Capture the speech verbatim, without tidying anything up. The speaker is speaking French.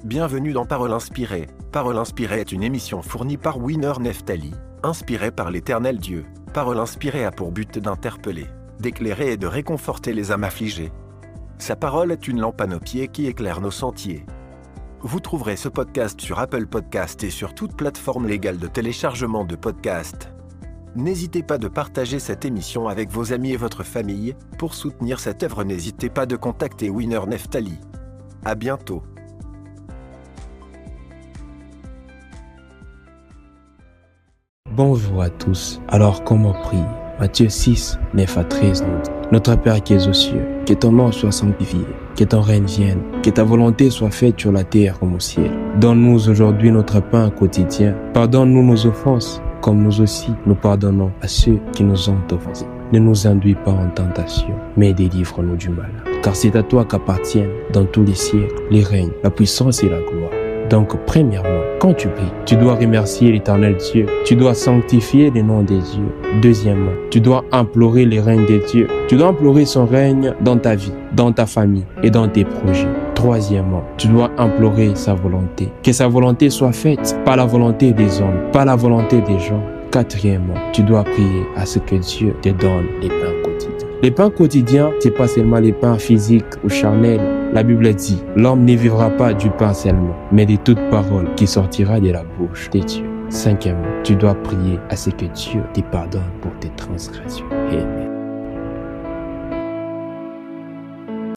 Bienvenue dans Parole inspirée. Parole inspirée est une émission fournie par Winner Neftali, inspirée par l'Éternel Dieu. Parole inspirée a pour but d'interpeller, d'éclairer et de réconforter les âmes affligées. Sa parole est une lampe à nos pieds qui éclaire nos sentiers. Vous trouverez ce podcast sur Apple Podcasts et sur toute plateforme légale de téléchargement de podcasts. N'hésitez pas de partager cette émission avec vos amis et votre famille. Pour soutenir cette œuvre, n'hésitez pas de contacter Winner Neftali. À bientôt. Bonjour à tous. Alors comment prier? Matthieu six, neuf à treize nous dit: Notre Père qui es aux cieux, que ton nom soit sanctifié, que ton règne vienne, que ta volonté soit faite sur la terre comme au ciel. Donne-nous aujourd'hui notre pain quotidien. Pardonne-nous nos offenses, comme nous aussi nous pardonnons à ceux qui nous ont offensés. Ne nous induis pas en tentation, mais délivre-nous du mal. Car c'est à toi qu'appartiennent dans tous les siècles les règnes, la puissance et la gloire. Donc, premièrement, quand tu pries, tu dois remercier l'Éternel Dieu. Tu dois sanctifier le nom des dieux. Deuxièmement, tu dois implorer le règne des dieux. Tu dois implorer son règne dans ta vie, dans ta famille et dans tes projets. Troisièmement, tu dois implorer sa volonté. Que sa volonté soit faite, pas la volonté des hommes, pas la volonté des gens. Quatrièmement, tu dois prier à ce que Dieu te donne les pains quotidiens. Les pains quotidiens, c'est pas seulement les pains physiques ou charnels. La Bible dit, l'homme ne vivra pas du pain seulement, mais de toute parole qui sortira de la bouche de Dieu. Cinquièmement, tu dois prier à ce que Dieu te pardonne pour tes transgressions. Amen.